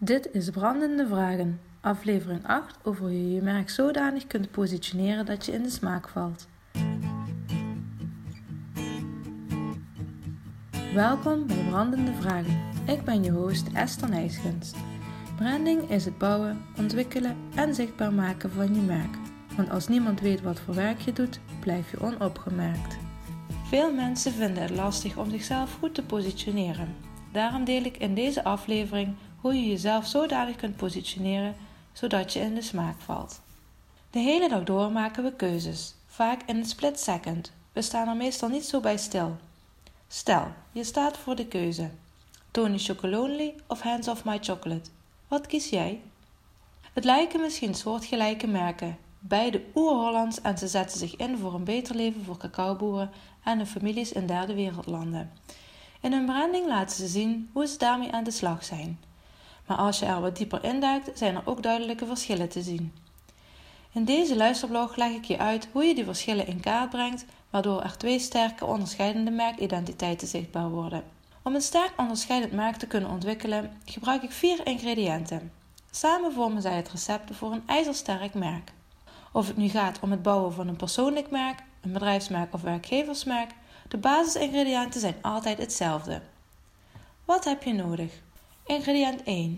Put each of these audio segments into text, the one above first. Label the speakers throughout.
Speaker 1: Dit is Brandende Vragen, aflevering 8 over hoe je je merk zodanig kunt positioneren dat je in de smaak valt. Welkom bij Brandende Vragen. Ik ben je host Esther Nijsgens. Branding is het bouwen, ontwikkelen en zichtbaar maken van je merk. Want als niemand weet wat voor werk je doet, blijf je onopgemerkt. Veel mensen vinden het lastig om zichzelf goed te positioneren. Daarom deel ik in deze aflevering hoe je jezelf zodanig kunt positioneren zodat je in de smaak valt. De hele dag door maken we keuzes, vaak in een split second. We staan er meestal niet zo bij stil. Stel, je staat voor de keuze: Tony Chocolonely of Hands of My Chocolate. Wat kies jij? Het lijken misschien soortgelijke merken, beide oer-Hollands, en ze zetten zich in voor een beter leven voor cacaoboeren en hun families in derde wereldlanden. In hun branding laten ze zien hoe ze daarmee aan de slag zijn. Maar als je er wat dieper induikt, zijn er ook duidelijke verschillen te zien. In deze luisterblog leg ik je uit hoe je die verschillen in kaart brengt, waardoor er 2 sterke onderscheidende merkidentiteiten zichtbaar worden. Om een sterk onderscheidend merk te kunnen ontwikkelen, gebruik ik 4 ingrediënten. Samen vormen zij het recept voor een ijzersterk merk. Of het nu gaat om het bouwen van een persoonlijk merk, een bedrijfsmerk of werkgeversmerk, de basisingrediënten zijn altijd hetzelfde. Wat heb je nodig? Ingrediënt 1.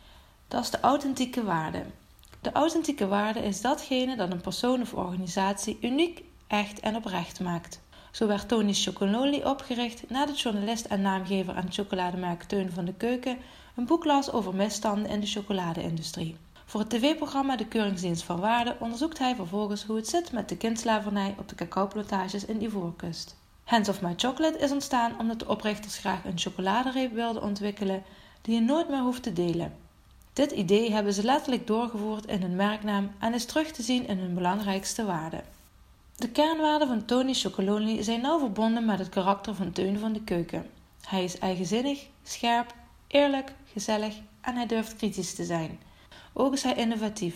Speaker 1: Dat is de authentieke waarde. De authentieke waarde is datgene dat een persoon of organisatie uniek, echt en oprecht maakt. Zo werd Tony's Chocolonely opgericht nadat journalist en naamgever aan het chocolademerk Teun van de Keuken een boek las over misstanden in de chocoladeindustrie. Voor het tv-programma De Keuringsdienst van Waarde onderzoekt hij vervolgens hoe het zit met de kindslavernij op de cacaoplantages in Ivoorkust. Hands of My Chocolate is ontstaan omdat de oprichters graag een chocoladereep wilden ontwikkelen die je nooit meer hoeft te delen. Dit idee hebben ze letterlijk doorgevoerd in hun merknaam en is terug te zien in hun belangrijkste waarden. De kernwaarden van Tony's Chocolonely zijn nauw verbonden met het karakter van Teun van de Keuken. Hij is eigenzinnig, scherp, eerlijk, gezellig en hij durft kritisch te zijn. Ook is hij innovatief.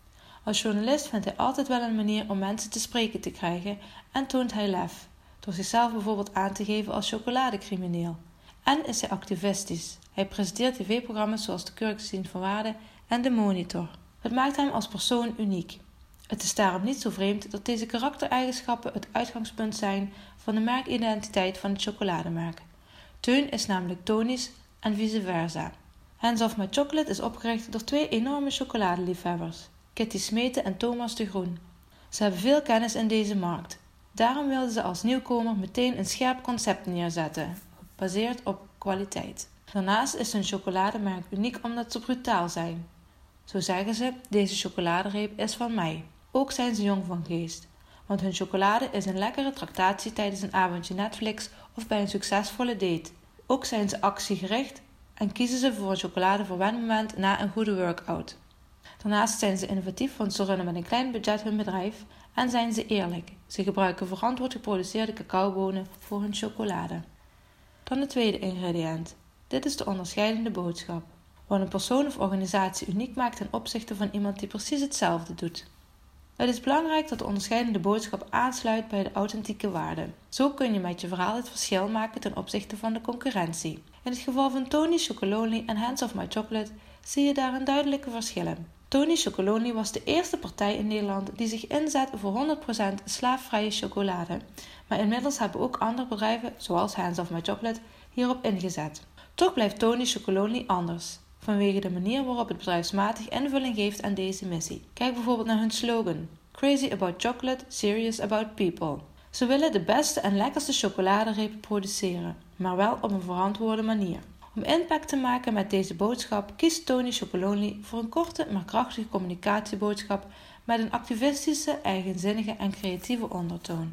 Speaker 1: Als journalist vindt hij altijd wel een manier om mensen te spreken te krijgen en toont hij lef, door zichzelf bijvoorbeeld aan te geven als chocoladecrimineel. En is hij activistisch. Hij presenteert tv-programma's zoals De Keuringsdienst van Waarde en De Monitor. Het maakt hem als persoon uniek. Het is daarom niet zo vreemd dat deze karaktereigenschappen het uitgangspunt zijn van de merkidentiteit van het chocolademerk. Teun is namelijk Tony's en vice versa. Hands of My Chocolate is opgericht door 2 enorme chocoladeliefhebbers, Kitty Smeten en Thomas de Groen. Ze hebben veel kennis in deze markt. Daarom wilden ze als nieuwkomer meteen een scherp concept neerzetten, gebaseerd op kwaliteit. Daarnaast is hun chocolademerk uniek omdat ze brutaal zijn. Zo zeggen ze: deze chocoladereep is van mij. Ook zijn ze jong van geest, want hun chocolade is een lekkere tractatie tijdens een avondje Netflix of bij een succesvolle date. Ook zijn ze actiegericht en kiezen ze voor een chocoladeverwenmoment na een goede workout. Daarnaast zijn ze innovatief, want ze runnen met een klein budget hun bedrijf en zijn ze eerlijk. Ze gebruiken verantwoord geproduceerde cacaobonen voor hun chocolade. Dan het tweede ingrediënt. Dit is de onderscheidende boodschap. Wat een persoon of organisatie uniek maakt ten opzichte van iemand die precies hetzelfde doet. Het is belangrijk dat de onderscheidende boodschap aansluit bij de authentieke waarden. Zo kun je met je verhaal het verschil maken ten opzichte van de concurrentie. In het geval van Tony's Chocolonely en Hands of My Chocolate zie je daar een duidelijke verschillen. Tony's Chocolonely was de eerste partij in Nederland die zich inzet voor 100% slaafvrije chocolade. Maar inmiddels hebben ook andere bedrijven, zoals Hands of My Chocolate, hierop ingezet. Toch blijft Tony's Chocolonely anders, vanwege de manier waarop het bedrijfsmatig invulling geeft aan deze missie. Kijk bijvoorbeeld naar hun slogan: Crazy about chocolate, serious about people. Ze willen de beste en lekkerste chocoladerepen produceren, maar wel op een verantwoorde manier. Om impact te maken met deze boodschap kiest Tony's Chocolonely voor een korte maar krachtige communicatieboodschap met een activistische, eigenzinnige en creatieve ondertoon.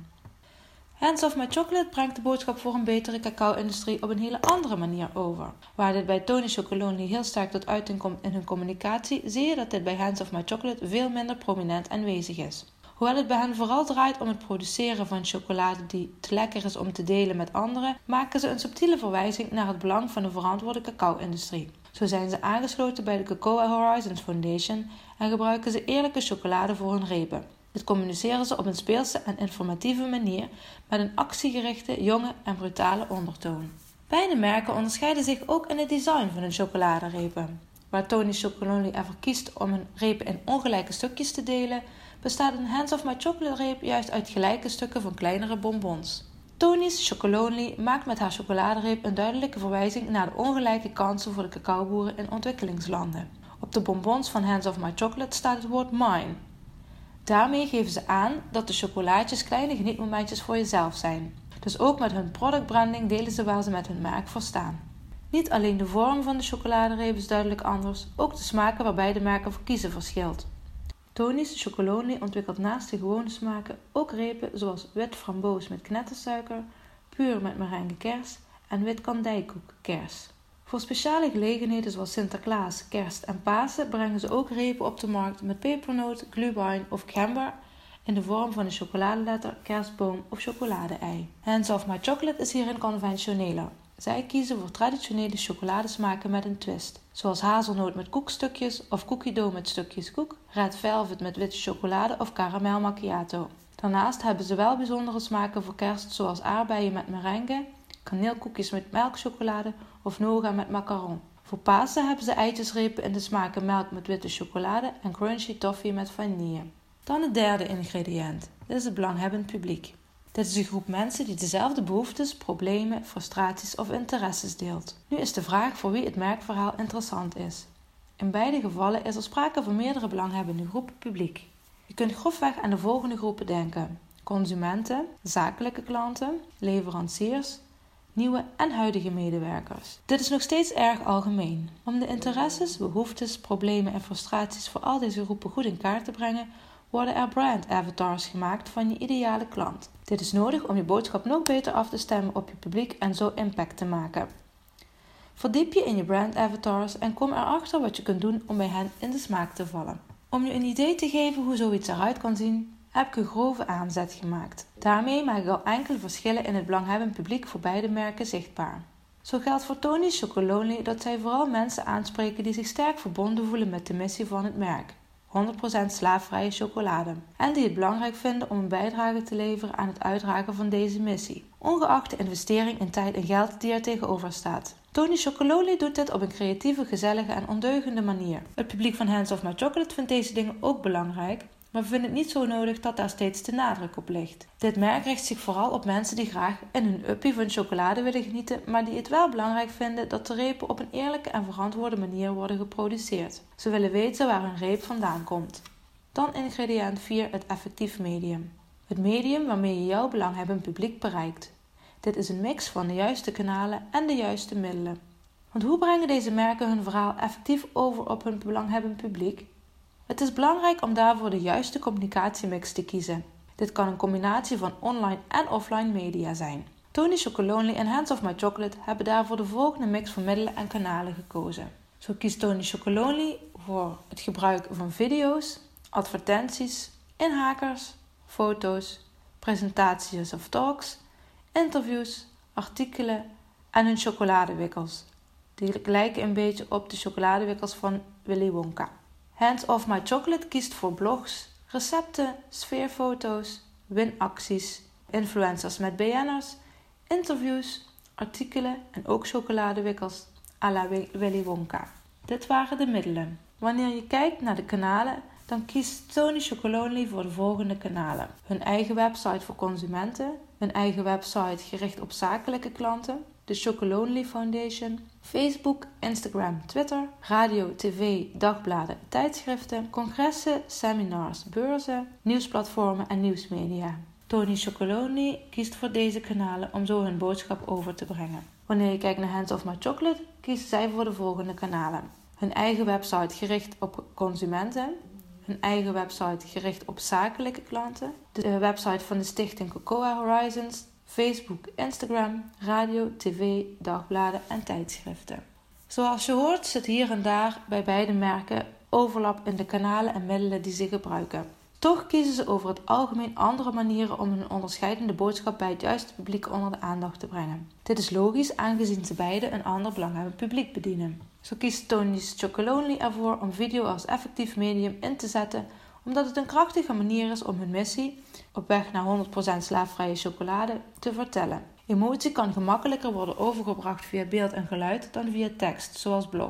Speaker 1: Hands of My Chocolate brengt de boodschap voor een betere cacao-industrie op een hele andere manier over. Waar dit bij Tony's Chocolonely heel sterk tot uiting komt in hun communicatie, zie je dat dit bij Hands of My Chocolate veel minder prominent aanwezig is. Hoewel het bij hen vooral draait om het produceren van chocolade die te lekker is om te delen met anderen, maken ze een subtiele verwijzing naar het belang van de verantwoorde cacao-industrie. Zo zijn ze aangesloten bij de Cocoa Horizons Foundation en gebruiken ze eerlijke chocolade voor hun repen. Dit communiceren ze op een speelse en informatieve manier met een actiegerichte, jonge en brutale ondertoon. Beide merken onderscheiden zich ook in het design van hun chocoladerepen. waar Tony Chocolonely ervoor kiest om hun repen in ongelijke stukjes te delen, bestaat een Hands of My Chocolate reep juist uit gelijke stukken van kleinere bonbons. Tony's Chocolonely maakt met haar chocoladereep een duidelijke verwijzing naar de ongelijke kansen voor de cacaoboeren in ontwikkelingslanden. Op de bonbons van Hands of My Chocolate staat het woord mine. Daarmee geven ze aan dat de chocolaatjes kleine genietmomentjes voor jezelf zijn. Dus ook met hun productbranding delen ze waar ze met hun merk voor staan. Niet alleen de vorm van de chocoladereep is duidelijk anders, ook de smaken waarbij de merken voor kiezen verschilt. Tony's Chocolonely ontwikkelt naast de gewone smaken ook repen zoals wit framboos met knettersuiker, puur met merengue kers en wit kandijkoek kers. Voor speciale gelegenheden zoals Sinterklaas, Kerst en Pasen brengen ze ook repen op de markt met pepernoot, glühwein of gember in de vorm van een chocoladeletter, kerstboom of chocolade-ei. Hands of My Chocolate is hierin conventioneler. Zij kiezen voor traditionele chocoladesmaken met een twist, zoals hazelnoot met koekstukjes of cookie dough met stukjes koek, red velvet met witte chocolade of caramel macchiato. Daarnaast hebben ze wel bijzondere smaken voor kerst, zoals aardbeien met merengue, kaneelkoekjes met melkchocolade of nougat met macaron. Voor Pasen hebben ze eitjesrepen in de smaken melk met witte chocolade en crunchy toffee met vanille. Dan het derde ingrediënt. Dit is het belanghebbend publiek. Dit is een groep mensen die dezelfde behoeftes, problemen, frustraties of interesses deelt. Nu is de vraag voor wie het merkverhaal interessant is. In beide gevallen is er sprake van meerdere belanghebbende groepen publiek. Je kunt grofweg aan de volgende groepen denken: consumenten, zakelijke klanten, leveranciers, nieuwe en huidige medewerkers. Dit is nog steeds erg algemeen. Om de interesses, behoeftes, problemen en frustraties voor al deze groepen goed in kaart te brengen, worden er brand avatars gemaakt van je ideale klant. Dit is nodig om je boodschap nog beter af te stemmen op je publiek en zo impact te maken. Verdiep je in je brand avatars en kom erachter wat je kunt doen om bij hen in de smaak te vallen. Om je een idee te geven hoe zoiets eruit kan zien, heb ik een grove aanzet gemaakt. Daarmee maak ik al enkele verschillen in het belanghebbend publiek voor beide merken zichtbaar. Zo geldt voor Tony's Chocolonely dat zij vooral mensen aanspreken die zich sterk verbonden voelen met de missie van het merk. 100% slaafvrije chocolade. En die het belangrijk vinden om een bijdrage te leveren aan het uitdragen van deze missie, ongeacht de investering in tijd en geld die er tegenover staat. Tony Chocolonely doet dit op een creatieve, gezellige en ondeugende manier. Het publiek van Hands of My Chocolate vindt deze dingen ook belangrijk, maar we vinden het niet zo nodig dat daar steeds de nadruk op ligt. Dit merk richt zich vooral op mensen die graag in hun uppie van chocolade willen genieten, maar die het wel belangrijk vinden dat de repen op een eerlijke en verantwoorde manier worden geproduceerd. Ze willen weten waar hun reep vandaan komt. Dan ingrediënt 4, het effectief medium. Het medium waarmee je jouw belanghebbend publiek bereikt. Dit is een mix van de juiste kanalen en de juiste middelen. Want hoe brengen deze merken hun verhaal effectief over op hun belanghebbend publiek? Het is belangrijk om daarvoor de juiste communicatiemix te kiezen. Dit kan een combinatie van online en offline media zijn. Tony Chocolonely en Hands of My Chocolate hebben daarvoor de volgende mix van middelen en kanalen gekozen. Zo kiest Tony Chocolonely voor het gebruik van video's, advertenties, inhakers, foto's, presentaties of talks, interviews, artikelen en hun chocoladewikkels. Die lijken een beetje op de chocoladewikkels van Willy Wonka. Hands of My Chocolate kiest voor blogs, recepten, sfeerfoto's, winacties, influencers met BN'ers, interviews, artikelen en ook chocoladewikkels à la Willy Wonka. Dit waren de middelen. Wanneer je kijkt naar de kanalen, dan kiest Tony Chocolonely voor de volgende kanalen: hun eigen website voor consumenten, een eigen website gericht op zakelijke klanten, de Chocolonely Foundation, Facebook, Instagram, Twitter, radio, tv, dagbladen, tijdschriften, congressen, seminars, beurzen, nieuwsplatformen en nieuwsmedia. Tony Chocolonely kiest voor deze kanalen om zo hun boodschap over te brengen. Wanneer je kijkt naar Hands of My Chocolate, kiezen zij voor de volgende kanalen: hun eigen website gericht op consumenten, hun eigen website gericht op zakelijke klanten, de website van de stichting Cocoa Horizons, Facebook, Instagram, radio, tv, dagbladen en tijdschriften. Zoals je hoort zit hier en daar bij beide merken overlap in de kanalen en middelen die ze gebruiken. Toch kiezen ze over het algemeen andere manieren om hun onderscheidende boodschap bij het juiste publiek onder de aandacht te brengen. Dit is logisch aangezien ze beide een ander belanghebbend publiek bedienen. Zo kiest Tony's Chocolonely ervoor om video als effectief medium in te zetten, omdat het een krachtige manier is om hun missie, op weg naar 100% slaafvrije chocolade, te vertellen. Emotie kan gemakkelijker worden overgebracht via beeld en geluid dan via tekst, zoals blogs.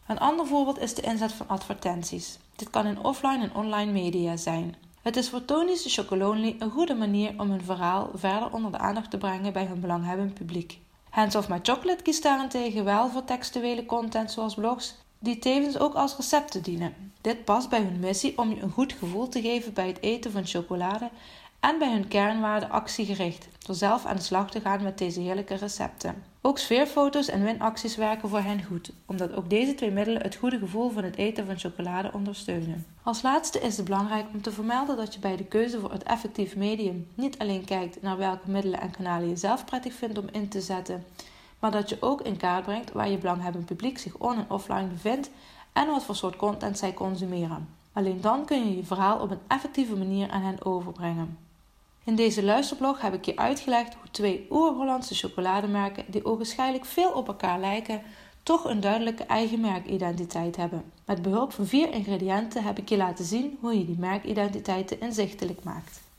Speaker 1: Een ander voorbeeld is de inzet van advertenties. Dit kan in offline en online media zijn. Het is voor Tony's Chocolonely een goede manier om hun verhaal verder onder de aandacht te brengen bij hun belanghebbend publiek. Hands Off My Chocolate kiest daarentegen wel voor textuele content zoals blogs, die tevens ook als recepten dienen. Dit past bij hun missie om je een goed gevoel te geven bij het eten van chocolade en bij hun kernwaarde actiegericht, door zelf aan de slag te gaan met deze heerlijke recepten. Ook sfeerfoto's en winacties werken voor hen goed, omdat ook deze twee middelen het goede gevoel van het eten van chocolade ondersteunen. Als laatste is het belangrijk om te vermelden dat je bij de keuze voor het effectief medium niet alleen kijkt naar welke middelen en kanalen je zelf prettig vindt om in te zetten, maar dat je ook in kaart brengt waar je belanghebbend publiek zich on- en offline bevindt en wat voor soort content zij consumeren. Alleen dan kun je je verhaal op een effectieve manier aan hen overbrengen. In deze luisterblog heb ik je uitgelegd hoe 2 oer-Hollandse chocolademerken die ogenschijnlijk veel op elkaar lijken, toch een duidelijke eigen merkidentiteit hebben. Met behulp van 4 ingrediënten heb ik je laten zien hoe je die merkidentiteiten inzichtelijk maakt.